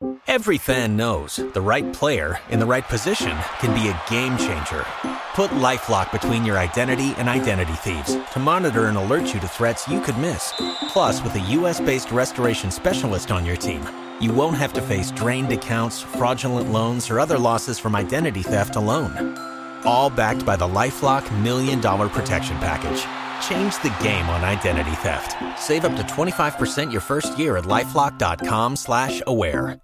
Every fan knows the right player in the right position can be a game changer. Put LifeLock between your identity and identity thieves to monitor and alert you to threats you could miss. Plus, with a U.S.-based restoration specialist on your team, you won't have to face drained accounts, fraudulent loans, or other losses from identity theft alone. All backed by the LifeLock $1 Million Protection Package. Change the game on identity theft. Save up to 25% your first year at LifeLock.com/aware.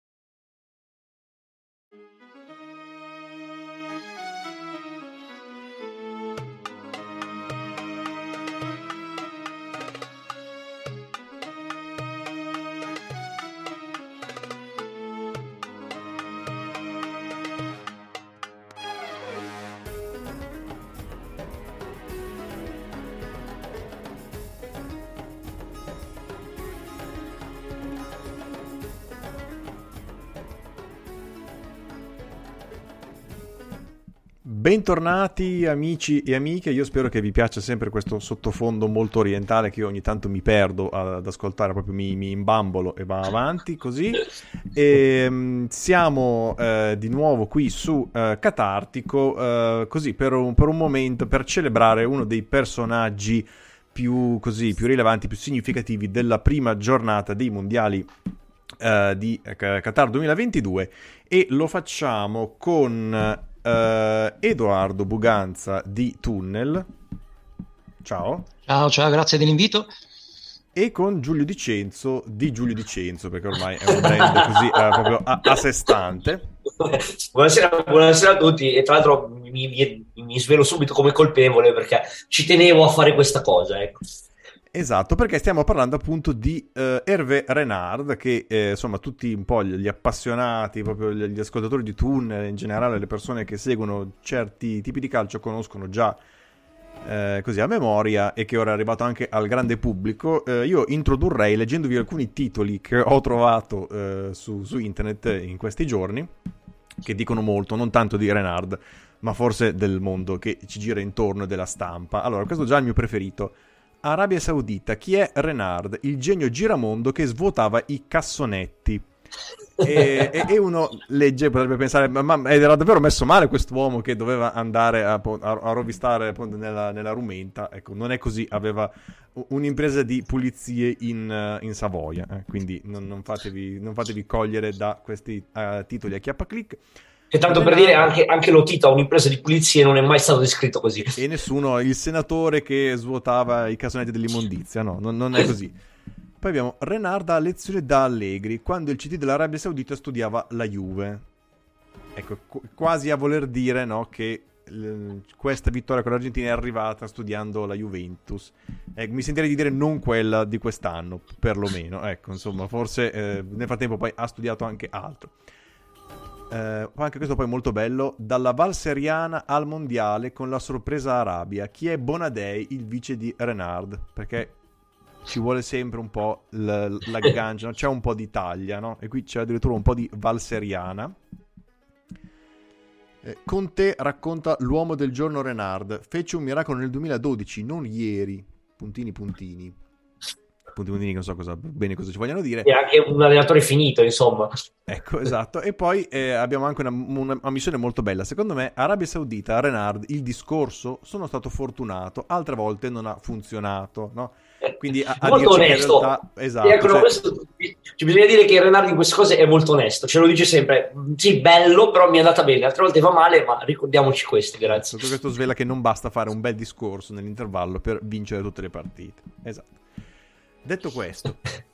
Bentornati amici e amiche, io spero che vi piaccia sempre questo sottofondo molto orientale che io ogni tanto mi perdo ad ascoltare, proprio mi imbambolo e va avanti così. E siamo di nuovo qui su Catartico, così per un momento, per celebrare uno dei personaggi più rilevanti, più significativi della prima giornata dei mondiali di Qatar 2022, e lo facciamo con Edoardo Buganza di Tunnel. Ciao, grazie dell'invito. E con Giulio Dicenzo di Giulio Dicenzo, perché ormai è un brand così proprio a sé stante. Buonasera a tutti, e tra l'altro mi svelo subito come colpevole perché ci tenevo a fare questa cosa, ecco. Esatto, perché stiamo parlando appunto di Hervé Renard, che insomma tutti un po' gli appassionati, proprio gli ascoltatori di Tunnel, in generale le persone che seguono certi tipi di calcio conoscono già così a memoria, e che ora è arrivato anche al grande pubblico. Io introdurrei leggendovi alcuni titoli che ho trovato su internet in questi giorni, che dicono molto, non tanto di Renard, ma forse del mondo che ci gira intorno e della stampa. Allora, questo è già il mio preferito. Arabia Saudita, chi è Renard? Il genio giramondo che svuotava i cassonetti. E uno legge, potrebbe pensare, ma era davvero messo male quest'uomo che doveva andare a rovistare nella rumenta? Ecco, non è così, aveva un'impresa di pulizie in Savoia, quindi non fatevi cogliere da questi titoli a chiappaclic. E tanto per dire, anche Lotito, un'impresa di pulizie, non è mai stato descritto così. E nessuno, il senatore che svuotava i cassonetti dell'immondizia, no, non è così. Poi abbiamo Renard a lezione da Allegri, quando il CT dell'Arabia Saudita studiava la Juve. Ecco, quasi a voler dire, no, che questa vittoria con l'Argentina è arrivata studiando la Juventus. Mi sentirei di dire non quella di quest'anno, perlomeno. Ecco, insomma, forse nel frattempo poi ha studiato anche altro. Anche questo poi molto bello, dalla Val Seriana al mondiale con la sorpresa Arabia. Chi è Bonadei, il vice di Renard? Perché ci vuole sempre un po' l'aggancio, no? C'è un po' di Italia, no? E qui c'è addirittura un po' di Val Seriana. Conte racconta l'uomo del giorno Renard. Fece un miracolo nel 2012, non ieri. Puntini. Puntini, non so bene cosa ci vogliono dire. E anche un allenatore finito, insomma. Ecco, esatto. E poi abbiamo anche una missione molto bella. Secondo me, Arabia Saudita, Renard, il discorso, sono stato fortunato, altre volte non ha funzionato, no? Quindi a molto onesto. Realtà, esatto, ecco, ci bisogna dire che Renard in queste cose è molto onesto, ce lo dice sempre. Sì, bello, però mi è andata bene, altre volte va male, ma ricordiamoci questi, grazie. Tutto questo svela che non basta fare un bel discorso nell'intervallo per vincere tutte le partite. Esatto. Detto questo,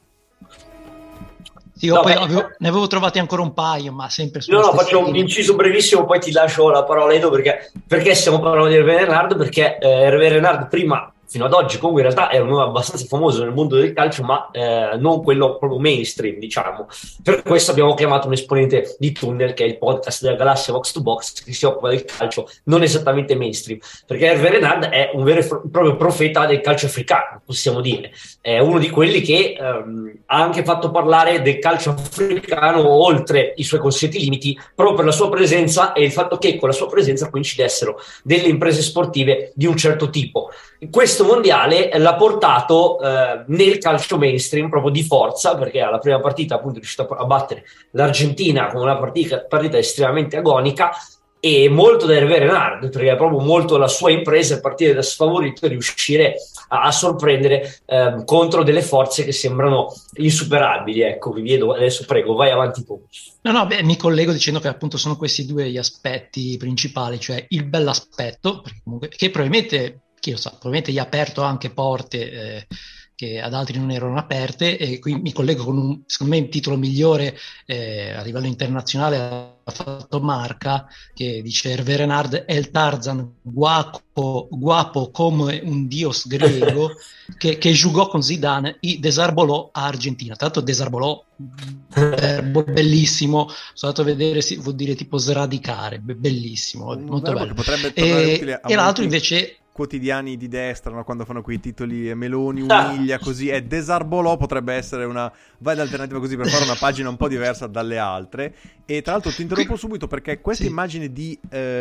sì, io ne avevo trovati ancora un paio, ma sempre su. No, faccio un inciso brevissimo, poi ti lascio la parola, Edo, perché stiamo parlando di Hervé Renard? Perché Hervé Renard prima, fino ad oggi, comunque in realtà era un nome abbastanza famoso nel mondo del calcio, ma non quello proprio mainstream, diciamo. Per questo abbiamo chiamato un esponente di Tunnel, che è il podcast della galassia Box to Box, che si occupa del calcio non esattamente mainstream, perché Hervé Renard è un vero e proprio profeta del calcio africano, possiamo dire. È uno di quelli che ha anche fatto parlare del calcio africano oltre i suoi consentiti limiti, proprio per la sua presenza e il fatto che con la sua presenza coincidessero delle imprese sportive di un certo tipo. Questo questo mondiale l'ha portato nel calcio mainstream proprio di forza, perché alla prima partita appunto è riuscito a battere l'Argentina con una partita estremamente agonica, e molto da Hervé Renard, perché è proprio molto la sua impresa partire da sfavorito e riuscire a sorprendere contro delle forze che sembrano insuperabili. Ecco, vi vedo adesso, prego, vai avanti tu. No, mi collego dicendo che appunto sono questi due gli aspetti principali, cioè il bell'aspetto, perché comunque, che probabilmente, chi lo sa, probabilmente gli ha aperto anche porte che ad altri non erano aperte, e qui mi collego con secondo me il titolo migliore a livello internazionale ha fatto Marca, che dice Hervé Renard è il Tarzan guapo come un dios griego che giocò con Zidane e desarbolò a Argentina. Tra l'altro desarbolò, bellissimo, sono andato a vedere, vuol dire tipo sradicare, bellissimo, molto bello. Potrebbe tornare utile a e l'altro invece quotidiani di destra, no? Quando fanno quei titoli Meloni umilia così, e desarbolò potrebbe essere una vai d'alternativa così per fare una pagina un po' diversa dalle altre. E tra l'altro ti interrompo subito perché questa immagine di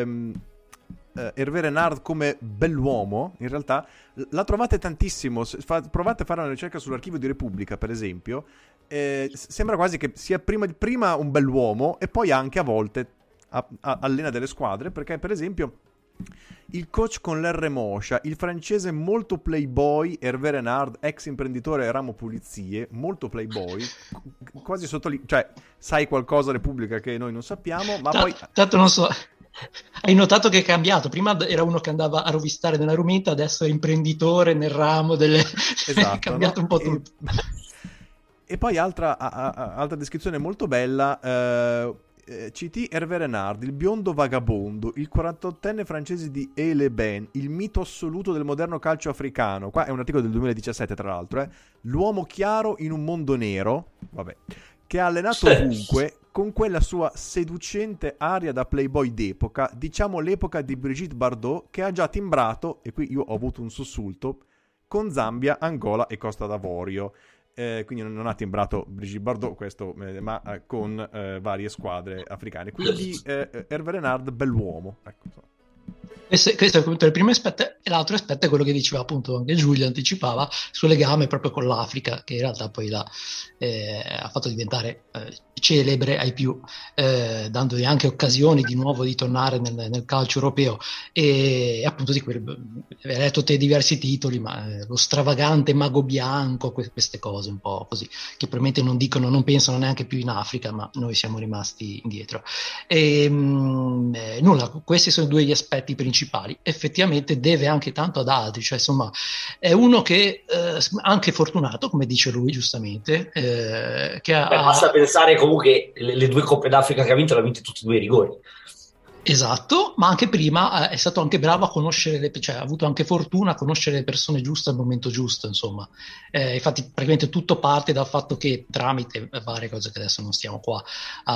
Hervé Renard come bell'uomo in realtà la trovate tantissimo. Provate a fare una ricerca sull'archivio di Repubblica, per esempio, sembra quasi che sia prima un bell'uomo e poi anche a volte allena delle squadre, perché per esempio il coach con l'R Moscia, il francese molto playboy Hervé Renard, ex imprenditore ramo pulizie, molto playboy, quasi sotto lì, cioè sai qualcosa Repubblica che noi non sappiamo, ma poi tanto non so. Hai notato che è cambiato? Prima era uno che andava a rovistare nella rumenta, adesso è imprenditore nel ramo delle... Esatto, è cambiato un po' tutto. E poi altra descrizione molto bella, CT Hervé Renard, il biondo vagabondo, il 48enne francese di Aix-les-Bains, il mito assoluto del moderno calcio africano. Qua è un articolo del 2017 tra l'altro, l'uomo chiaro in un mondo nero, vabbè, che ha allenato ovunque con quella sua seducente aria da playboy d'epoca, diciamo l'epoca di Brigitte Bardot, che ha già timbrato, e qui io ho avuto un sussulto, con Zambia, Angola e Costa d'Avorio. Quindi non ha timbrato Brigitte Bardot questo, ma con varie squadre africane. Quindi Hervé Renard bell'uomo, ecco. Questo è appunto il primo aspetto, e l'altro aspetto è quello che diceva appunto anche Giulio, anticipava sul legame proprio con l'Africa, che in realtà poi ha fatto diventare celebre ai più, dandogli anche occasioni di nuovo di tornare nel calcio europeo. E appunto di quello hai letto te diversi titoli, ma lo stravagante mago bianco, queste cose un po' così, che probabilmente non pensano neanche più in Africa, ma noi siamo rimasti indietro. E nulla, questi sono due gli aspetti principali. Effettivamente deve anche tanto ad altri, cioè insomma è uno che anche fortunato, come dice lui giustamente, che basta pensare comunque le due Coppe d'Africa che ha vinto, l'ha vinte tutti e due i rigori. Esatto, ma anche prima è stato anche bravo a conoscere, cioè ha avuto anche fortuna a conoscere le persone giuste al momento giusto, insomma. Infatti praticamente tutto parte dal fatto che tramite varie cose che adesso non stiamo qua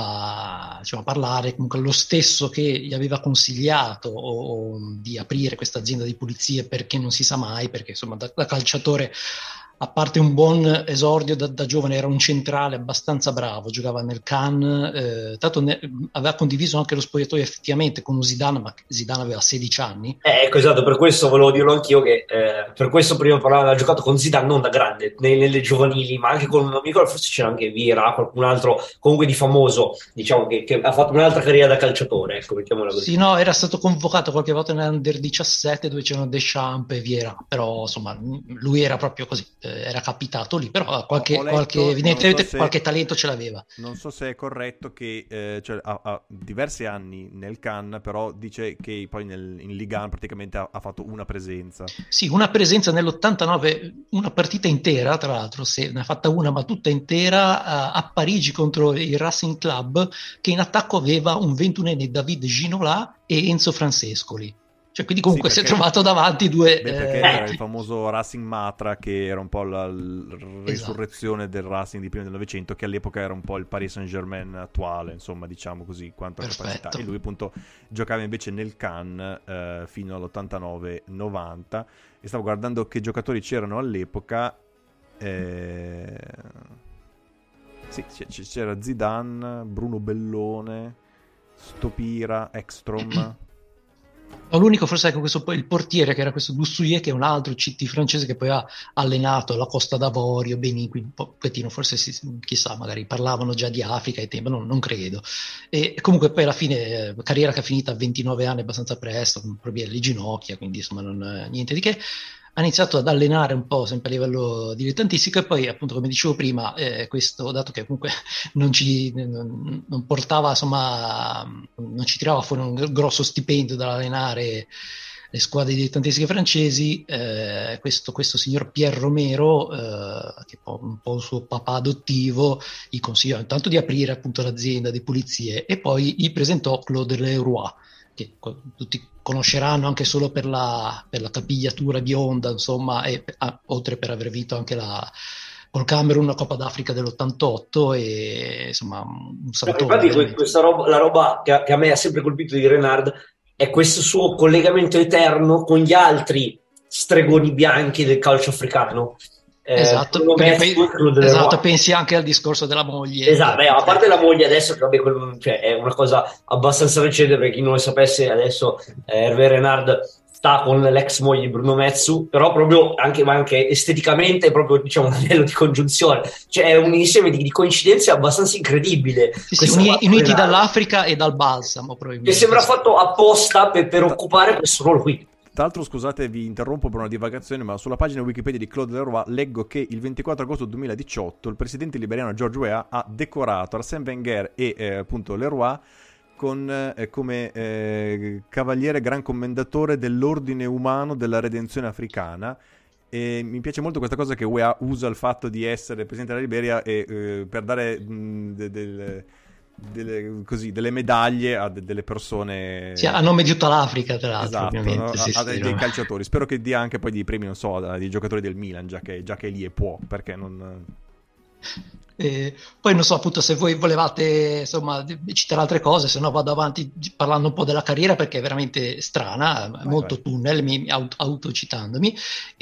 a parlare, comunque lo stesso che gli aveva consigliato di aprire questa azienda di pulizie, perché non si sa mai, perché insomma da calciatore, a parte un buon esordio da giovane, era un centrale abbastanza bravo, giocava nel Cannes, tanto aveva condiviso anche lo spogliatoio effettivamente con Zidane, ma Zidane aveva 16 anni. Ecco, esatto, per questo volevo dirlo anch'io, che per questo prima parlava, ha giocato con Zidane non da grande, nelle giovanili, ma anche con, non mi ricordo, forse c'era anche Vieira, qualcun altro comunque di famoso, diciamo che ha fatto un'altra carriera da calciatore, ecco, mettiamola così. Sì, no, era stato convocato qualche volta nell'Under 17 dove c'erano Deschamps e Vieira, però insomma lui era proprio così, era capitato lì, però evidentemente qualche talento ce l'aveva. Non so se è corretto che cioè, ha diversi anni nel Cannes, però dice che poi in Ligue 1 praticamente ha fatto una presenza. Sì, una presenza nell'89, una partita intera, tra l'altro, se ne ha fatta una ma tutta intera, a Parigi contro il Racing Club, che in attacco aveva un 21enne David Ginola e Enzo Francescoli. Cioè, quindi comunque si è trovato davanti due... perché era il famoso Racing Matra, che era un po' la risurrezione del Racing di prima del Novecento, che all'epoca era un po' il Paris Saint-Germain attuale, insomma, diciamo così, quanto a capacità. E lui appunto giocava invece nel Cannes fino all'89-90, e stavo guardando che giocatori c'erano all'epoca. Sì, c'era Zidane, Bruno Bellone, Stopira, Ekstrom... L'unico forse è questo, il portiere, che era questo Bussouillet, che è un altro CT francese che poi ha allenato la Costa d'Avorio, Benin, un pochettino, forse chissà, magari parlavano già di Africa ai tempi, non credo. E comunque poi alla fine, carriera che è finita a 29 anni, abbastanza presto, con problemi alle ginocchia, quindi insomma niente di che. Ha iniziato ad allenare un po' sempre a livello dilettantistico, e poi appunto, come dicevo prima, questo, dato che comunque non portava, insomma, non ci tirava fuori un grosso stipendio dall'allenare le squadre dilettantistiche francesi, questo signor Pierre Romero, che è un po' il suo papà adottivo, gli consigliò intanto di aprire appunto l'azienda di pulizie, e poi gli presentò Claude Leroy, che tutti conosceranno anche solo per la capigliatura bionda, insomma, e oltre per aver vinto anche col Camerun la Coppa d'Africa dell'88, e insomma un saltone. Infatti questa roba, la roba che a me ha sempre colpito di Renard è questo suo collegamento eterno con gli altri stregoni bianchi del calcio africano. Esatto, esatto, pensi anche al discorso della moglie. Esatto, a parte la moglie adesso, che vabbè, cioè, è una cosa abbastanza recente, per chi non lo sapesse, adesso Hervé Renard sta con l'ex moglie Bruno Metsu, però proprio anche esteticamente, proprio diciamo un livello di congiunzione, cioè è un insieme di coincidenze abbastanza incredibile. Sì, uniti dall'Africa e dal balsamo, probabilmente. Che sembra fatto apposta per occupare questo ruolo qui. Tra l'altro, scusate, vi interrompo per una divagazione, ma sulla pagina Wikipedia di Claude Leroy leggo che il 24 agosto 2018 il presidente liberiano George Weah ha decorato Arsène Wenger e appunto Leroy come cavaliere gran commendatore dell'ordine umano della redenzione africana. E mi piace molto questa cosa che Weah usa il fatto di essere presidente della Liberia per dare delle medaglie a delle persone, sì, a nome di tutta l'Africa, tra l'altro, esatto, ovviamente, no? Dei calciatori. Spero che dia anche poi dei premi, non so, dei giocatori del Milan, già che è lì e può, perché non... poi non so appunto se voi volevate insomma citare altre cose, se no vado avanti parlando un po' della carriera, perché è veramente strana, molto tunnel, autocitandomi.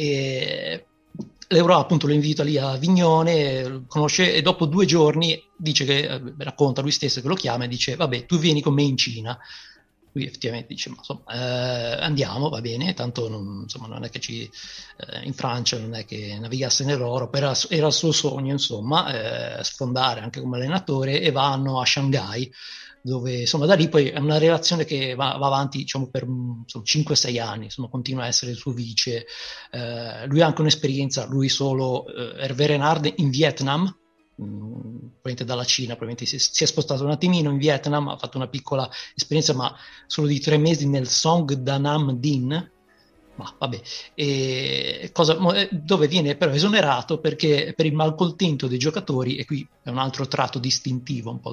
L'Euro appunto lo invita lì a Vignone, conosce, e dopo 2 giorni dice che, racconta lui stesso che lo chiama e dice: vabbè, tu vieni con me in Cina. Lui effettivamente dice: ma insomma, andiamo, va bene, tanto non è che in Francia non è che navigasse nell'Europa, era il suo sogno, insomma, sfondare anche come allenatore, e vanno a Shanghai, dove insomma da lì poi è una relazione che va avanti, diciamo, per 5-6 anni, insomma continua a essere il suo vice. Lui ha anche un'esperienza, lui solo, Hervé Renard, in Vietnam, probabilmente dalla Cina, probabilmente si è spostato un attimino in Vietnam, ha fatto una piccola esperienza, ma solo di 3 mesi nel Song Da Nam Dinh, ma vabbè, dove viene però esonerato perché per il malcontento dei giocatori, e qui è un altro tratto distintivo un po'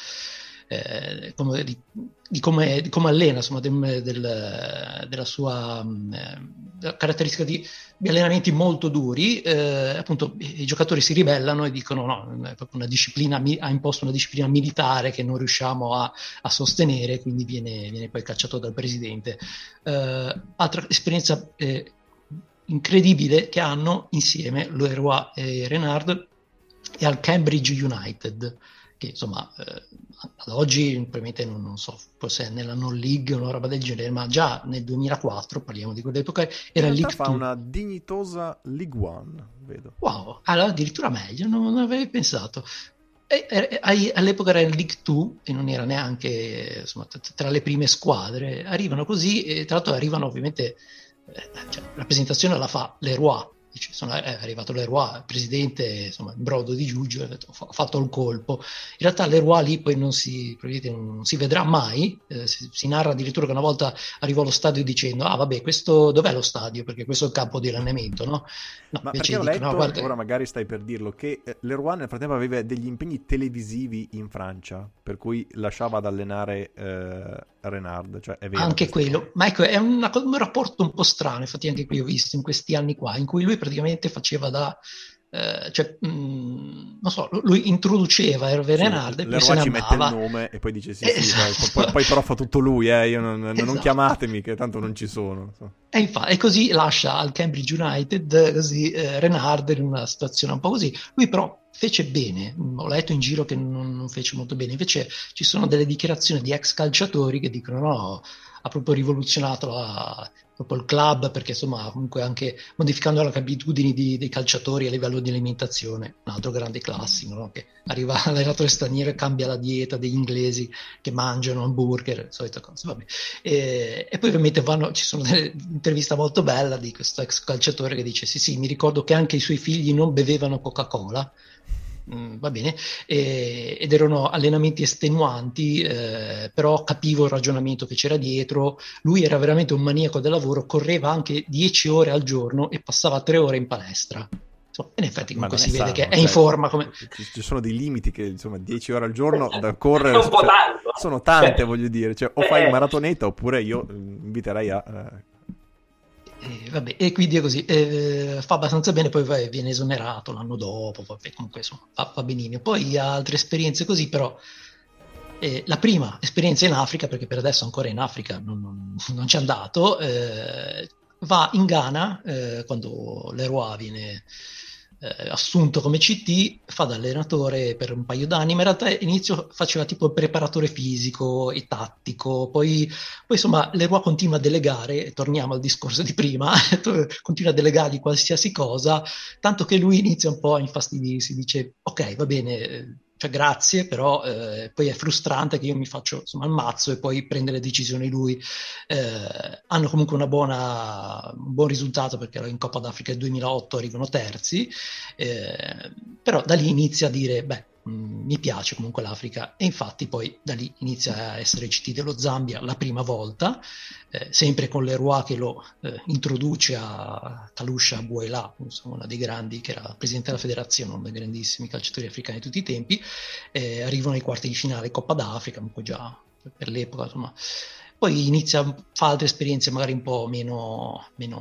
di come allena, insomma, della sua caratteristica di allenamenti molto duri. Appunto i giocatori si ribellano e dicono no, è proprio una disciplina, ha imposto una disciplina militare che non riusciamo a sostenere, quindi viene poi cacciato dal presidente. Altra esperienza incredibile che hanno insieme Leroy e Renard è al Cambridge United, che insomma ad oggi probabilmente non so, forse è nella non league o una roba del genere, ma già nel 2004, parliamo di quell'epoca, era League 2. Fa una dignitosa League One, vedo. Wow, allora addirittura meglio, non avevo pensato. All'epoca era il League 2 e non era neanche, insomma, tra le prime squadre. Arrivano così, e tra l'altro arrivano ovviamente, cioè, la presentazione la fa Leroy. È arrivato Leroy, presidente, insomma, in brodo di giugno, ha detto: ho fatto il colpo. In realtà Leroy lì poi non si vedrà mai. Si narra addirittura che una volta arrivò allo stadio dicendo: ah vabbè, questo dov'è lo stadio? Perché questo è il campo di allenamento, no? Ma perché ho letto, ora magari stai per dirlo, che Leroy nel frattempo aveva degli impegni televisivi in Francia, per cui lasciava ad allenare Renard, cioè è vero. Anche quello, ma ecco, è un rapporto un po' strano, infatti anche qui ho visto in questi anni qua, in cui lui praticamente faceva non so, lui introduceva Hervé Renard, e poi se ne ci mette il nome e poi dice sì, esatto. poi però fa tutto lui, io non esatto. chiamatemi che tanto non ci sono. E così lascia al Cambridge United così Renard in una situazione un po' così. Lui però fece bene, ho letto in giro che non fece molto bene, invece ci sono delle dichiarazioni di ex calciatori che dicono no, ha proprio rivoluzionato proprio il club, perché insomma comunque anche modificando le abitudini dei calciatori a livello di alimentazione, un altro grande classico, no? Che arriva l'allenatore straniero e cambia la dieta degli inglesi che mangiano hamburger, solita cosa, vabbè. E poi ovviamente ci sono delle interviste molto belle di questo ex calciatore che dice sì, mi ricordo che anche i suoi figli non bevevano Coca-Cola. Va bene, ed erano allenamenti estenuanti, però capivo il ragionamento che c'era dietro. Lui era veramente un maniaco del lavoro, correva anche 10 ore al giorno e passava 3 ore in palestra. Insomma, in effetti comunque si vede che è in forma. Ci sono dei limiti che, insomma, 10 ore al giorno da correre sono tante, voglio dire, cioè, o fai il maratoneta oppure io inviterei a... Vabbè, e quindi è così, fa abbastanza bene, poi viene esonerato l'anno dopo, vabbè, comunque insomma fa benissimo. Poi ha altre esperienze così, però la prima esperienza in Africa, perché per adesso ancora in Africa non c'è andato, va in Ghana quando Leroy viene assunto come CT, fa da allenatore per un paio d'anni, ma in realtà all'inizio faceva tipo il preparatore fisico e tattico, poi insomma Leroy continua a delegare, torniamo al discorso di prima, continua a delegargli qualsiasi cosa, tanto che lui inizia un po' a infastidirsi, dice ok, va bene, cioè grazie, però poi è frustrante che io mi faccio insomma al mazzo e poi prende le decisioni lui. Hanno comunque un buon risultato, perché in Coppa d'Africa del 2008 arrivano terzi, però da lì inizia a dire beh, mi piace comunque l'Africa, e infatti poi da lì inizia a essere CT dello Zambia la prima volta, sempre con Leroy che lo introduce a Kalusha Bwela, insomma, uno dei grandi, che era presidente della federazione, uno dei grandissimi calciatori africani di tutti i tempi. Arrivano ai quarti di finale Coppa d'Africa, un po' già per l'epoca, insomma. Poi fa altre esperienze magari un po' meno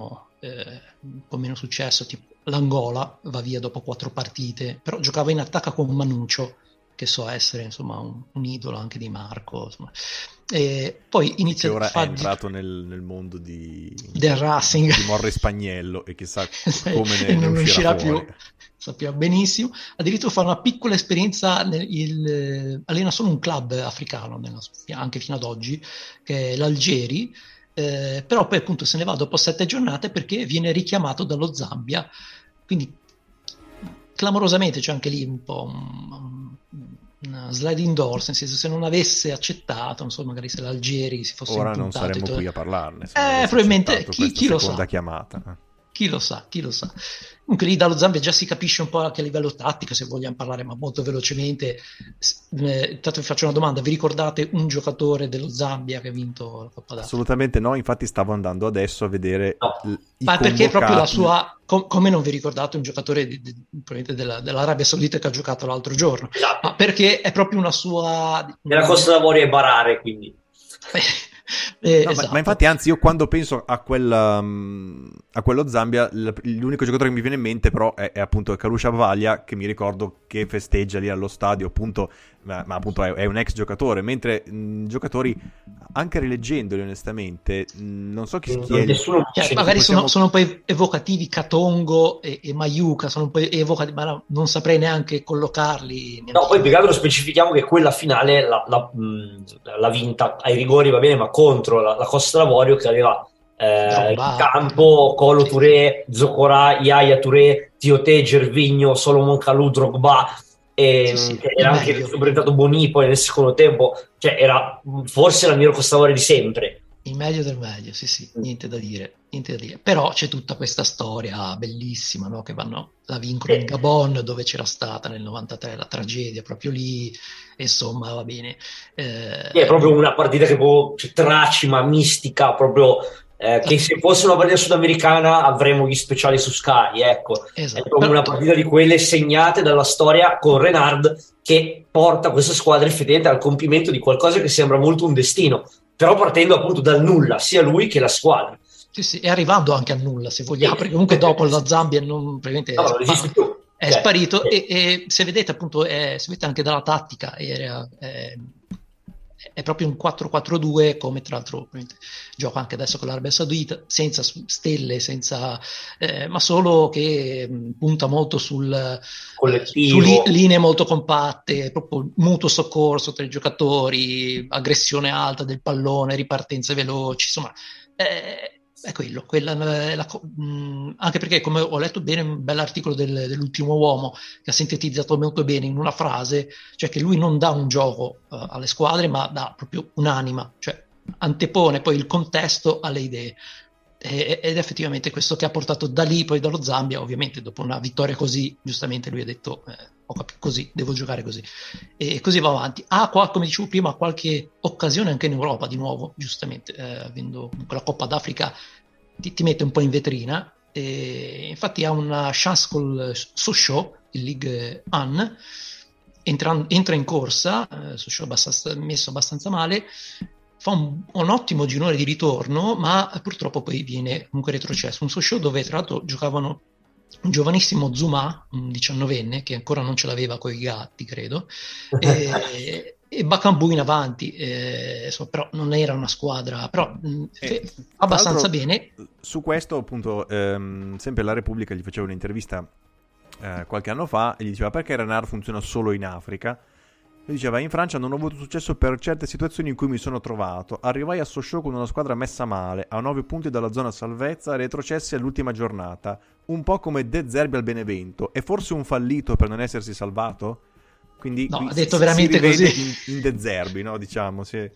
successo, tipo l'Angola, va via dopo 4 partite, però giocava in attacco con Manuccio, che so essere insomma un idolo anche di Marco, insomma. E poi inizia che ora è entrato nel mondo del Racing di Morris Spagniello, e chissà come ne non uscirà fuori. più, sappiamo benissimo. Addirittura fa una piccola esperienza, allena solo un club africano anche fino ad oggi, che è l'Algeri, però poi appunto se ne va dopo 7 giornate perché viene richiamato dallo Zambia, quindi clamorosamente c'è anche lì un po' una sliding doors, nel senso, se non avesse accettato, non so, magari se l'Algeri si fosse ora non impuntato, saremmo qui a parlarne, probabilmente chi lo sa, chiamata. Chi lo sa. Comunque lì dallo Zambia già si capisce un po' anche a livello tattico, se vogliamo parlare, ma molto velocemente. Tanto vi faccio una domanda: vi ricordate un giocatore dello Zambia che ha vinto la Coppa d'Africa? Assolutamente no, infatti stavo andando adesso a vedere ma perché proprio la sua, come non vi ricordate un giocatore probabilmente dell'Arabia Saudita che ha giocato l'altro giorno? Esatto. Ma perché è proprio una sua... Nella Costa d'Avorio e Barare, quindi... No, esatto. ma infatti, anzi, io quando penso a quello Zambia, l'unico giocatore che mi viene in mente però è appunto Kalusha Bwela, che mi ricordo che festeggia lì allo stadio, appunto, ma appunto è un ex giocatore, mentre giocatori, anche rileggendoli onestamente, non so chi è. Nessuno, magari sono un po' evocativi Katongo e Mayuka, sono un po' evocativi, ma non saprei neanche collocarli. No, poi più che altro specifichiamo che quella finale l'ha vinta ai rigori, va bene, ma contro la Costa d'Avorio, che aveva in campo Kolo Touré, Zokora, Yaya Touré, Tioté, Gervinho, Solomon Kalou, Drogba, e era anche subentrato Boni poi nel secondo tempo, cioè era forse la miglior Costa d'Avorio di sempre. Il meglio del meglio, sì, niente da dire. Però c'è tutta questa storia bellissima, no? Che la vincono in Gabon, dove c'era stata nel 93 la tragedia, proprio lì, insomma, va bene. È proprio una partita che tracima, mistica, proprio che se fosse una partita sudamericana avremmo gli speciali su Sky, ecco. Esatto. È proprio una partita di quelle segnate dalla storia, con Renard che porta questa squadra effettivamente al compimento di qualcosa che sembra molto un destino, però partendo appunto dal nulla, sia lui che la squadra. Sì, e arrivando anche a nulla, se vogliamo, perché comunque dopo la Zambia non esiste più. È sparito, e se vedete appunto, se vedete anche dalla tattica, è proprio un 4-4-2, come tra l'altro gioca anche adesso con l'Arabia Saudita, senza stelle, ma solo che punta molto su linee molto compatte, proprio mutuo soccorso tra i giocatori, aggressione alta del pallone, ripartenze veloci, insomma è quello, anche perché, come ho letto bene un bell'articolo dell'ultimo uomo che ha sintetizzato molto bene in una frase, cioè che lui non dà un gioco alle squadre, ma dà proprio un'anima, cioè antepone poi il contesto alle idee, ed effettivamente questo che ha portato da lì poi dallo Zambia, ovviamente dopo una vittoria così, giustamente lui ha detto ho capito, così devo giocare così, e così va avanti. Come dicevo prima, qualche occasione anche in Europa di nuovo, giustamente avendo quella Coppa d'Africa ti mette un po' in vetrina, e infatti ha una chance col Sochaux, il Ligue 1, entra in corsa, Sochaux messo abbastanza male, fa un ottimo girone di ritorno, ma purtroppo poi viene comunque retrocesso. Un Sochaux dove tra l'altro giocavano un giovanissimo Zuma, un 19enne, che ancora non ce l'aveva coi gatti, credo, e Bakambu in avanti, però non era una squadra, però abbastanza bene. Su questo appunto, sempre la Repubblica gli faceva un'intervista qualche anno fa e gli diceva perché Renard funziona solo in Africa. Lui diceva: in Francia non ho avuto successo per certe situazioni in cui mi sono trovato. Arrivai a Sochaux con una squadra messa male, a 9 punti dalla zona salvezza, retrocessi all'ultima giornata, un po' come De Zerbi al Benevento. È forse un fallito per non essersi salvato? Quindi no, ha detto veramente così in De Zerbi, no? Diciamo, sì.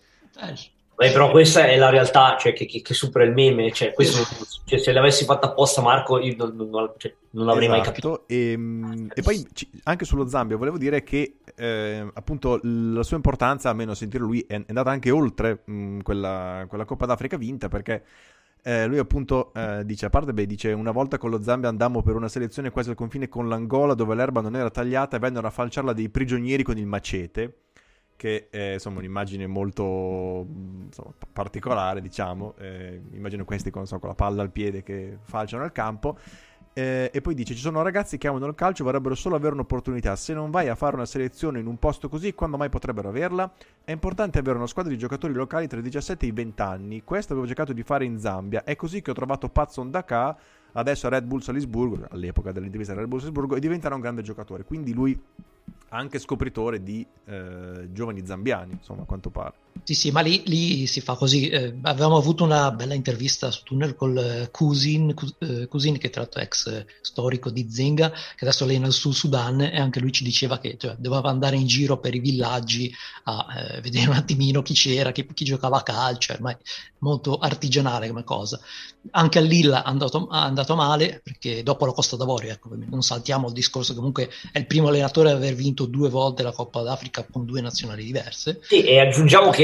Però questa è la realtà, cioè che supera il meme, cioè, questo, cioè, se l'avessi fatta apposta Marco io non l'avrei mai capito. E poi anche sullo Zambia volevo dire che appunto la sua importanza, almeno a sentire lui, è andata anche oltre quella Coppa d'Africa vinta, perché lui appunto dice, a parte dice: una volta con lo Zambia andammo per una selezione quasi al confine con l'Angola, dove l'erba non era tagliata e vennero a falciarla dei prigionieri con il macete, che è insomma un'immagine molto particolare, diciamo. Immagino questi con la palla al piede che falciano al campo. E poi dice: ci sono ragazzi che amano il calcio, vorrebbero solo avere un'opportunità. Se non vai a fare una selezione in un posto così, quando mai potrebbero averla? È importante avere una squadra di giocatori locali tra i 17 e i 20 anni. Questo avevo cercato di fare in Zambia. È così che ho trovato Patson Daka, adesso a Red Bull Salisburgo, all'epoca dell'intervista a Red Bull Salisburgo, e diventerà un grande giocatore. Quindi lui anche scopritore di giovani zambiani, insomma, a quanto pare. Sì, ma lì si fa così. Avevamo avuto una bella intervista su Tunnel col Cousin, che tra l'altro è ex storico di Zenga, che adesso allena il Sudan, e anche lui ci diceva che doveva andare in giro per i villaggi a vedere un attimino chi c'era, chi giocava a calcio, ormai molto artigianale come cosa. Anche a Lille è andato male, perché dopo la Costa d'Avorio, ecco, non saltiamo il discorso, comunque è il primo allenatore ad aver vinto 2 volte la Coppa d'Africa con 2 nazionali diverse. Sì, e aggiungiamo che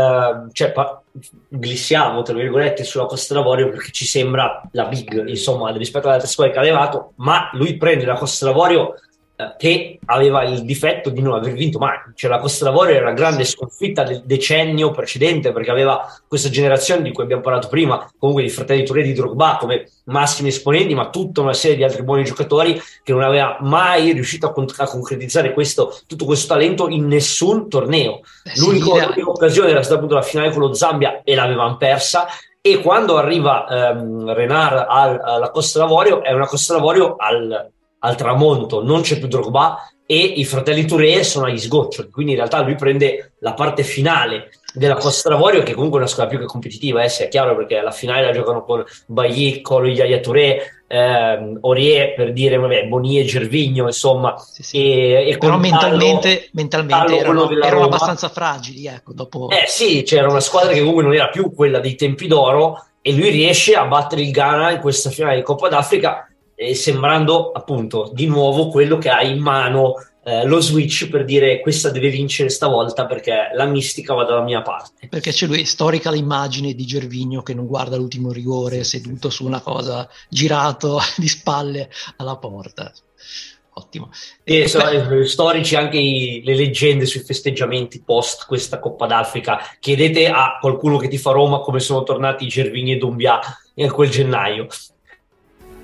glissiamo tra virgolette sulla Costa d'Avorio perché ci sembra la big, insomma, rispetto alle altre squadre che ha allevato, ma lui prende la Costa d'Avorio che aveva il difetto di non aver vinto mai. Cioè la Costa d'Avorio era la grande sconfitta del decennio precedente, perché aveva questa generazione di cui abbiamo parlato prima, comunque di fratelli Touré, di Drogba come massimi esponenti, ma tutta una serie di altri buoni giocatori che non aveva mai riuscito a concretizzare tutto questo talento in nessun torneo. L'unica occasione era stata appunto la finale con lo Zambia e l'avevamo persa. E quando arriva Renard alla Costa d'Avorio, è una Costa d'Avorio al tramonto, non c'è più Drogba e i fratelli Touré sono agli sgoccioli, quindi in realtà lui prende la parte finale della Costa d'Avorio, che comunque è una squadra più che competitiva, sia chiaro, perché alla finale la giocano con Bailly, con Yaya Touré, Aurier, per dire, Boni e Gervinho, insomma. Sì. E però mentalmente erano abbastanza fragili, ecco, dopo. Sì, c'era una squadra che comunque non era più quella dei tempi d'oro, e lui riesce a battere il Ghana in questa finale di Coppa d'Africa, sembrando appunto di nuovo quello che ha in mano lo switch per dire: questa deve vincere stavolta perché la mistica va dalla mia parte. Perché c'è lui, storica l'immagine di Gervinho che non guarda l'ultimo rigore, seduto su una cosa, girato di spalle alla porta. Ottimo. E storici anche le leggende sui festeggiamenti post questa Coppa d'Africa. Chiedete a qualcuno che tifa Roma come sono tornati Gervinho e Doumbia in quel gennaio.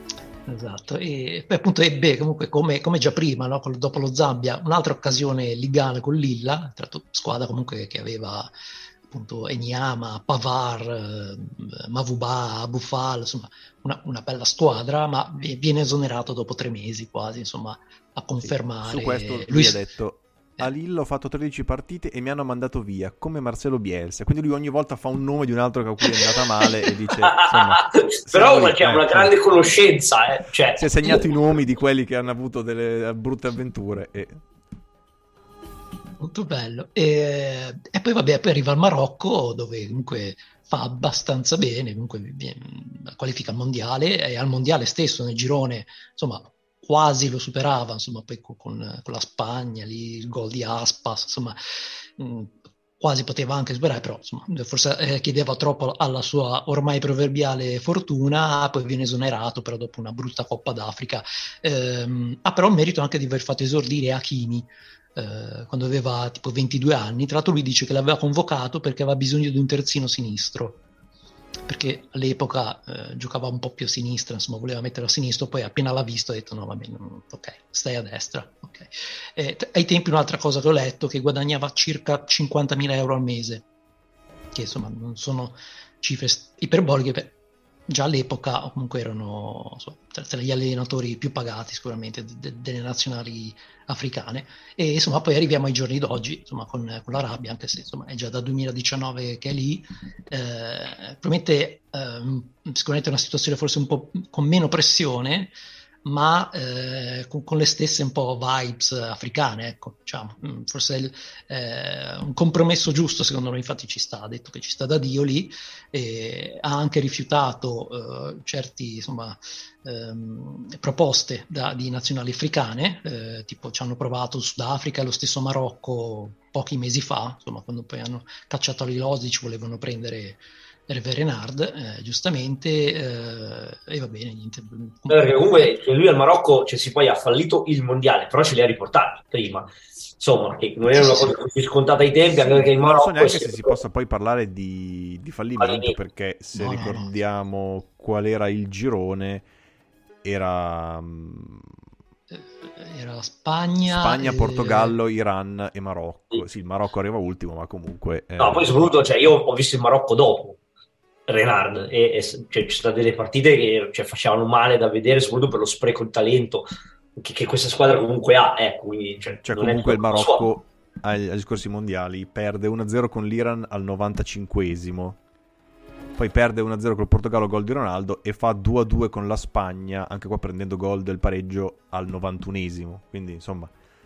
Esatto, e poi appunto ebbe comunque come già prima, no? Dopo lo Zambia, un'altra occasione ligale con Lilla, tra l'altro squadra comunque che aveva appunto Enyama, Pavard, Mavuba, Boufal, insomma una bella squadra, ma viene esonerato dopo 3 mesi quasi, insomma, a confermare. Sì, su questo lui ha detto: a Lille ho fatto 13 partite e mi hanno mandato via, come Marcelo Bielsa. Quindi lui ogni volta fa un nome di un altro a cui è andata male e dice, insomma, però c'è una grande conoscenza, cioè, si è segnato i nomi di quelli che hanno avuto delle brutte avventure e... Molto bello. E poi vabbè, poi arriva al Marocco, dove comunque fa abbastanza bene, comunque qualifica al mondiale, e al mondiale stesso nel girone, insomma, quasi lo superava, insomma, poi con la Spagna, lì il gol di Aspas, insomma, quasi poteva anche superare, però insomma, forse chiedeva troppo alla sua ormai proverbiale fortuna, poi viene esonerato, però dopo una brutta Coppa d'Africa. Ha però il merito anche di aver fatto esordire Hakimi, quando aveva tipo 22 anni. Tra l'altro lui dice che l'aveva convocato perché aveva bisogno di un terzino sinistro, perché all'epoca giocava un po' più a sinistra, insomma voleva metterlo a sinistra, poi appena l'ha visto ha detto no vabbè, ok, stai a destra, okay. Ai tempi un'altra cosa che ho letto, che guadagnava circa 50.000 euro al mese, che insomma non sono cifre iperboliche, già all'epoca comunque erano insomma, tra gli allenatori più pagati sicuramente delle nazionali africane. E insomma poi arriviamo ai giorni d'oggi, insomma con l'Arabia, anche se insomma è già da 2019 che è lì, probabilmente sicuramente una situazione forse un po' con meno pressione, ma con le stesse un po' vibes africane, ecco, diciamo. Forse un compromesso giusto secondo me, infatti ci sta, ha detto che ci sta da Dio lì, e ha anche rifiutato certi insomma proposte di nazionali africane, tipo ci hanno provato il Sudafrica e lo stesso Marocco pochi mesi fa, insomma quando poi hanno cacciato Alilozic volevano prendere Hervé Renard, giustamente, e va bene, niente. Perché comunque lui al Marocco, cioè, poi ha fallito il mondiale, però ce li ha riportati prima, insomma, che non era una cosa così scontata ai tempi, anche perché il Marocco... Non so neanche se si possa poi parlare di fallimento, perché se ricordiamo qual era il girone, era Spagna, Portogallo, Iran e Marocco. Sì, il Marocco arriva ultimo, ma comunque... No, poi soprattutto, cioè, io ho visto il Marocco dopo Renard e cioè, ci sono state delle partite che cioè, facevano male da vedere, soprattutto per lo spreco di talento che questa squadra comunque ha, quindi, cioè comunque il Marocco agli scorsi mondiali perde 1-0 con l'Iran al 95esimo, poi perde 1-0 col Portogallo, gol di Ronaldo, e fa 2-2 con la Spagna, anche qua prendendo gol del pareggio al 91esimo, quindi insomma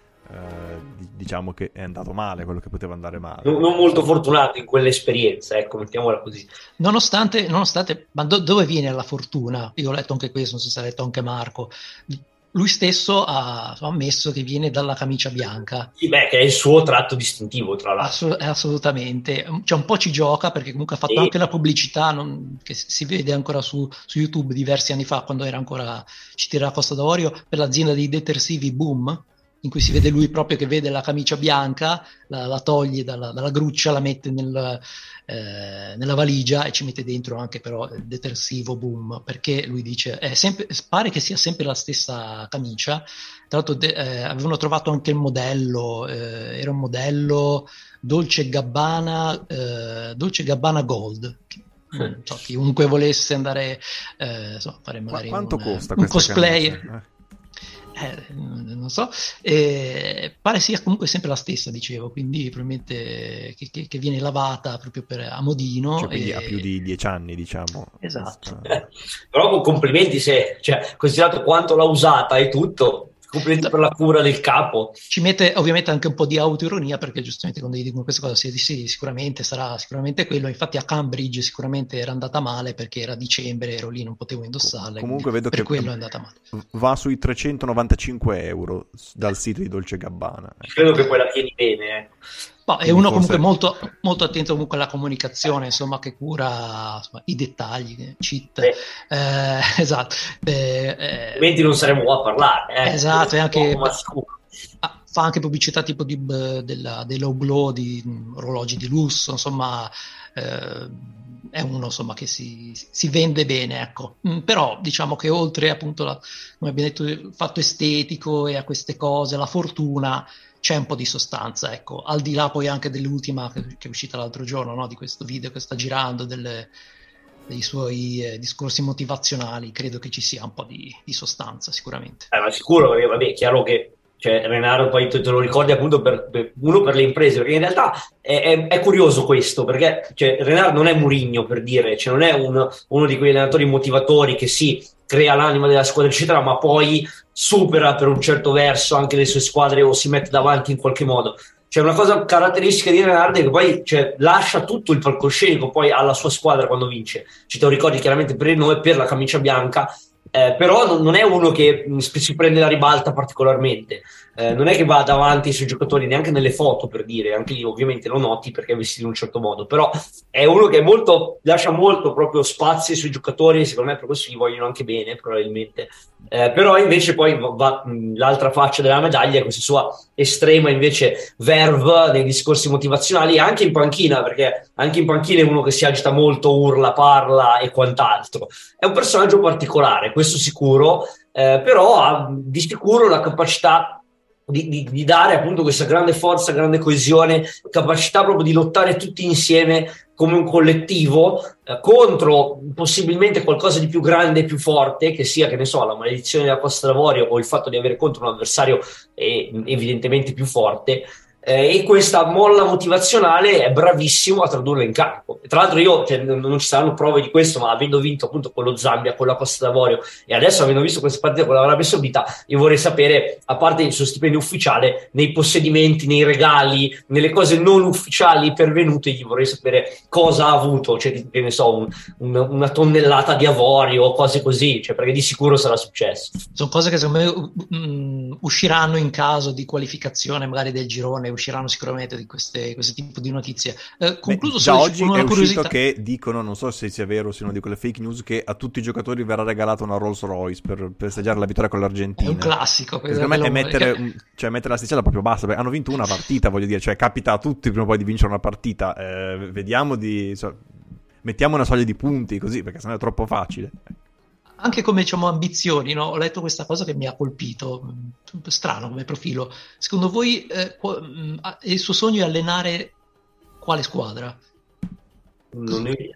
diciamo che è andato male quello che poteva andare male. Non molto fortunato in quell'esperienza, ecco, mettiamola così. Nonostante ma dove viene la fortuna? Io ho letto anche questo, non so se ha letto anche Marco. Lui stesso ha ammesso che viene dalla camicia bianca. Sì, beh, che è il suo tratto distintivo, tra l'altro. Assolutamente. Cioè, un po' ci gioca, perché comunque ha fatto anche la pubblicità, che si vede ancora su YouTube diversi anni fa, quando era ancora Citera Costa d'Avorio, per l'azienda dei detersivi Boom, in cui si vede lui proprio che vede la camicia bianca, la toglie dalla gruccia, la mette nella valigia e ci mette dentro anche però il detersivo Boom, perché lui dice pare che sia sempre la stessa camicia. Tra l'altro avevano trovato anche il modello, era un modello Dolce Gabbana Gold. Non so, chiunque volesse andare fare magari quanto costa un cosplay camicia? Non so, pare sia comunque sempre la stessa, dicevo, quindi probabilmente che viene lavata proprio a modino, cioè, quindi ha più di 10 anni, diciamo. Esatto. Però complimenti, considerato quanto l'ha usata e tutto, complimenti per la cura del capo. Ci mette ovviamente anche un po' di autoironia, perché giustamente quando gli dicono questa cosa sì, sicuramente sarà quello. Infatti a Cambridge sicuramente era andata male, perché era dicembre, ero lì, non potevo indossarla, comunque vedo per che quello è andata male. Va sui 395 euro dal sito di Dolce Gabbana. Credo che poi la tieni bene, è uno comunque molto, molto attento comunque alla comunicazione, insomma, che cura i dettagli, cheat. Esatto. Altrimenti non saremo qua a parlare. Esatto, e anche fa anche pubblicità tipo dei low blow, di orologi di lusso, insomma, è uno insomma che si vende bene, ecco. Però diciamo che oltre appunto come abbiamo detto, il fatto estetico e a queste cose, la fortuna, c'è un po' di sostanza, ecco, al di là poi anche dell'ultima che è uscita l'altro giorno, no? Di questo video che sta girando, dei suoi discorsi motivazionali, credo che ci sia un po' di sostanza sicuramente. Ma sicuro, perché vabbè, è chiaro che cioè, Renard poi te lo ricordi appunto per le imprese, perché in realtà è curioso questo, perché cioè, Renard non è Mourinho, per dire, cioè, non è uno di quegli allenatori motivatori che si crea l'anima della squadra eccetera, ma poi supera per un certo verso anche le sue squadre o si mette davanti in qualche modo. C'è una cosa caratteristica di Renard che poi cioè, lascia tutto il palcoscenico poi alla sua squadra quando vince. Ci te lo ricordi chiaramente per il nome, per la camicia bianca, però non è uno che si prende la ribalta particolarmente. Non è che va davanti ai suoi giocatori neanche nelle foto, per dire, anche lì ovviamente lo noti perché è vestito in un certo modo, però è uno che lascia molto proprio spazio ai suoi giocatori, secondo me per questo gli vogliono anche bene probabilmente. Però invece poi va l'altra faccia della medaglia, questa sua estrema invece verve nei discorsi motivazionali anche in panchina, perché anche in panchina è uno che si agita molto, urla, parla e quant'altro. È un personaggio particolare, questo sicuro, però ha di sicuro la capacità di dare appunto questa grande forza, grande coesione, capacità proprio di lottare tutti insieme come un collettivo contro possibilmente qualcosa di più grande e più forte, che sia, che ne so, la maledizione della Costa d'Avorio o il fatto di avere contro un avversario evidentemente più forte. E questa molla motivazionale è bravissimo a tradurla in campo. E tra l'altro non ci saranno prove di questo, ma avendo vinto appunto con lo Zambia, con la Costa d'Avorio e adesso avendo visto questa partita con l'Arabia Saudita, io vorrei sapere, a parte il suo stipendio ufficiale, nei possedimenti, nei regali, nelle cose non ufficiali pervenute, gli vorrei sapere cosa ha avuto, cioè che ne so, una tonnellata di avorio o cose così, cioè, perché di sicuro sarà successo. Sono cose che secondo me usciranno in caso di qualificazione magari del girone, usciranno sicuramente di questo tipo di notizie. Concludo già oggi con una è curiosità. uscito che dicono, non so se sia vero o se di quelle fake news, che a tutti i giocatori verrà regalata una Rolls Royce per festeggiare la vittoria con l'Argentina. È un classico. Secondo me è mettere l'asticella proprio basta, perché hanno vinto una partita, voglio dire, cioè capita a tutti prima o poi di vincere una partita. Vediamo mettiamo una soglia di punti così, perché sennò è troppo facile. Anche come diciamo ambizioni, no? Ho letto questa cosa che mi ha colpito, strano come profilo. Secondo voi il suo sogno è allenare quale squadra? Non è vero.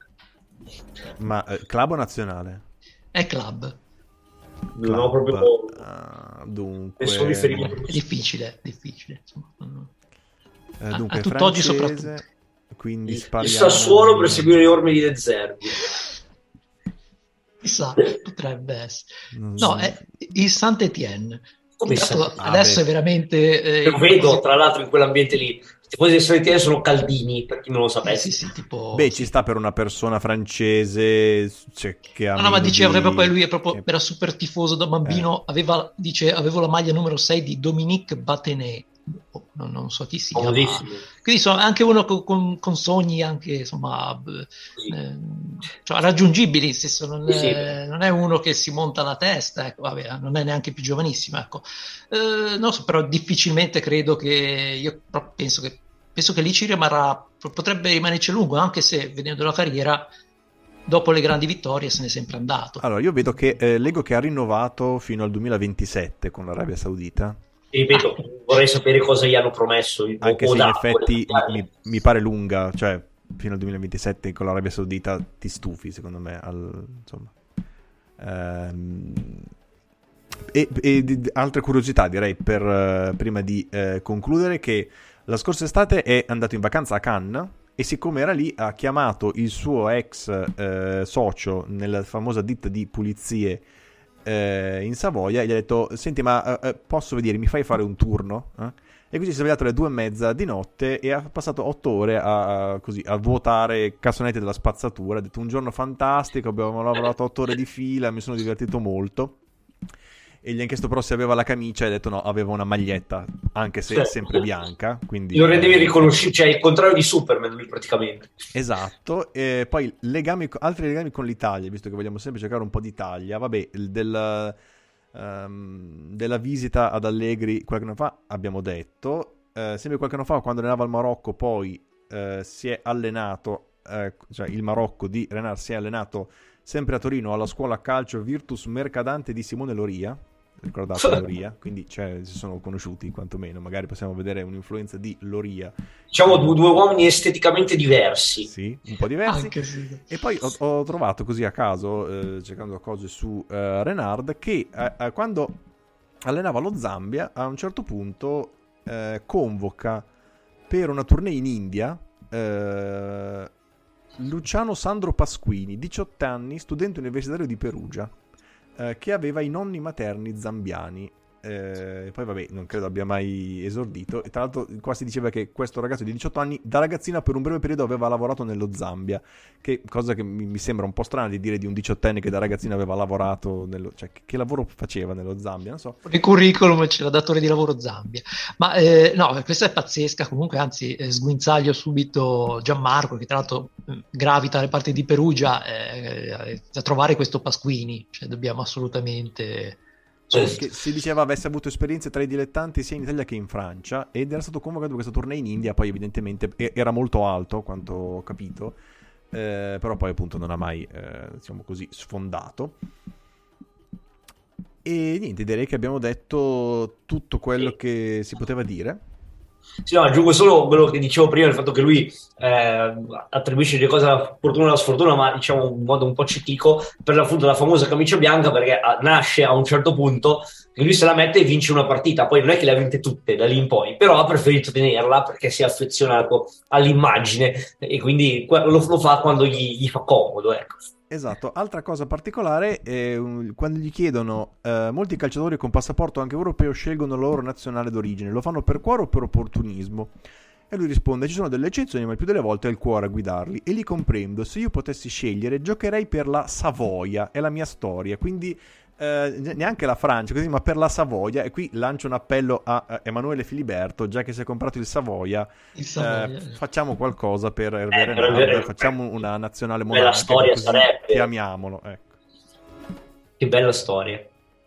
Ma club o nazionale? È club. Non ho proprio dunque nessun riferimento. È difficile. Dunque a tutt'oggi francese, soprattutto. quindi Il spariamo Sassuolo per seguire le orme di De Zerbi. Chissà, potrebbe essere. No, è il Saint-Étienne. Adesso è veramente... Lo vedo, tra l'altro, in quell'ambiente lì. I tifosi del Saint-Étienne sono caldini, per chi non lo sapesse. Sì, tipo... Beh, ci sta per una persona francese, cioè, che ha... No, ma diceva proprio lui era super tifoso da bambino, avevo la maglia numero 6 di Dominique Batenet. Non so chi sia, quindi sono anche uno con sogni anche insomma cioè, raggiungibili, non è uno che si monta la testa, ecco, vabbè, non è neanche più giovanissimo, ecco. Non so, però difficilmente credo che io penso che lì ci rimarrà, potrebbe rimanerci a lungo, anche se vedendo la carriera dopo le grandi vittorie se n'è sempre andato. Allora io vedo che leggo che ha rinnovato fino al 2027 con l'Arabia Saudita. Ripeto, vorrei sapere cosa gli hanno promesso. Anche se in effetti mi pare lunga, cioè fino al 2027 con l'Arabia Saudita ti stufi, secondo me. Insomma. E altre curiosità, direi, prima di concludere, che la scorsa estate è andato in vacanza a Cannes e siccome era lì ha chiamato il suo ex socio nella famosa ditta di pulizie in Savoia e gli ha detto: senti, ma posso vedere, mi fai fare un turno? E così si è svegliato alle 2:30 di notte e ha passato 8 ore a vuotare cassonetti della spazzatura. Ha detto: un giorno fantastico, abbiamo lavorato 8 ore di fila, mi sono divertito molto. E gli hanno chiesto però se aveva la camicia e ha detto no, aveva una maglietta, anche se sempre bianca, quindi lo rendevi riconoscibile, cioè il contrario di Superman lui praticamente. Esatto. E poi altri legami con l'Italia, visto che vogliamo sempre cercare un po' d'Italia. Vabbè, della visita ad Allegri qualche anno fa abbiamo detto, sempre qualche anno fa quando allenava al Marocco poi si è allenato cioè il Marocco di Renard, si è allenato sempre a Torino alla scuola calcio Virtus Mercadante di Simone Loria. Ricordate Loria? Quindi si sono conosciuti quantomeno. Magari possiamo vedere un'influenza di Loria. Diciamo due uomini esteticamente diversi. Sì, un po' diversi. Anche sì. E poi ho trovato così a caso, cercando cose su Renard, che quando allenava lo Zambia, a un certo punto convoca per una tournée in India Luciano Sandro Pasquini, 18 anni, studente universitario di Perugia, che aveva i nonni materni zambiani. Poi vabbè, non credo abbia mai esordito, e tra l'altro qua si diceva che questo ragazzo di 18 anni da ragazzino per un breve periodo aveva lavorato nello Zambia, che cosa che mi sembra un po' strana di dire di un 18enne che da ragazzino aveva lavorato cioè che lavoro faceva nello Zambia, non so. Il curriculum c'era datore di lavoro Zambia, ma no, questa è pazzesca. Comunque, anzi, sguinzaglio subito Gianmarco, che tra l'altro gravita alle parti di Perugia, a trovare questo Pasquini, cioè dobbiamo assolutamente... Che si diceva avesse avuto esperienze tra i dilettanti sia in Italia che in Francia, ed era stato convocato per questa tournée in India. Poi evidentemente era molto alto, quanto ho capito, però poi appunto non ha mai diciamo così sfondato. E niente, direi che abbiamo detto tutto quello che si poteva dire. Sì, no, aggiungo solo quello che dicevo prima, il fatto che lui attribuisce le cose alla fortuna e alla sfortuna, ma diciamo in modo un po' ciclico, per l'appunto la famosa camicia bianca, perché nasce a un certo punto che lui se la mette e vince una partita, poi non è che le ha vinte tutte da lì in poi, però ha preferito tenerla perché si è affezionato all'immagine, e quindi lo fa quando gli fa comodo, ecco. Esatto. Altra cosa particolare, quando gli chiedono, molti calciatori con passaporto anche europeo scelgono la loro nazionale d'origine, lo fanno per cuore o per opportunismo? E lui risponde: ci sono delle eccezioni, ma il più delle volte è il cuore a guidarli, e li comprendo. Se io potessi scegliere, giocherei per la Savoia, è la mia storia, quindi neanche la Francia, così, ma per la Savoia. E qui lancio un appello a Emanuele Filiberto, già che si è comprato il Savoia, facciamo qualcosa per Hervé Renard, facciamo una nazionale monarca, storia così sarebbe. chiamiamolo, ecco. Che bella storia.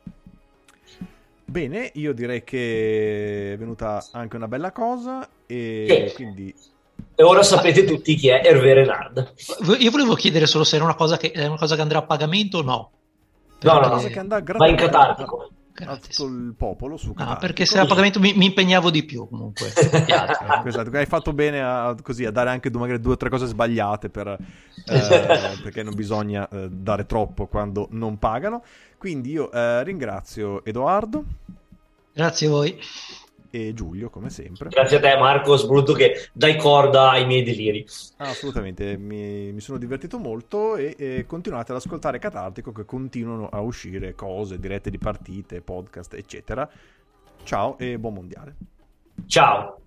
Bene, io direi che è venuta anche una bella cosa, e quindi... E ora sapete tutti chi è Hervé Renard. Io volevo chiedere solo se era una cosa che andrà a pagamento o no. No, cosa che andrà va in catartico. a tutto il popolo su Catartico. Perché se era a pagamento mi impegnavo di più, comunque. Esatto, hai fatto bene a dare anche magari 2 o 3 cose sbagliate perché non bisogna dare troppo quando non pagano. Quindi io ringrazio Edoardo. Grazie a voi. E Giulio, come sempre. Grazie a te, Marco, soprattutto che dai corda ai miei deliri. Assolutamente, mi sono divertito molto, e continuate ad ascoltare Catartico, che continuano a uscire cose, dirette di partite, podcast, eccetera. Ciao e buon mondiale. Ciao.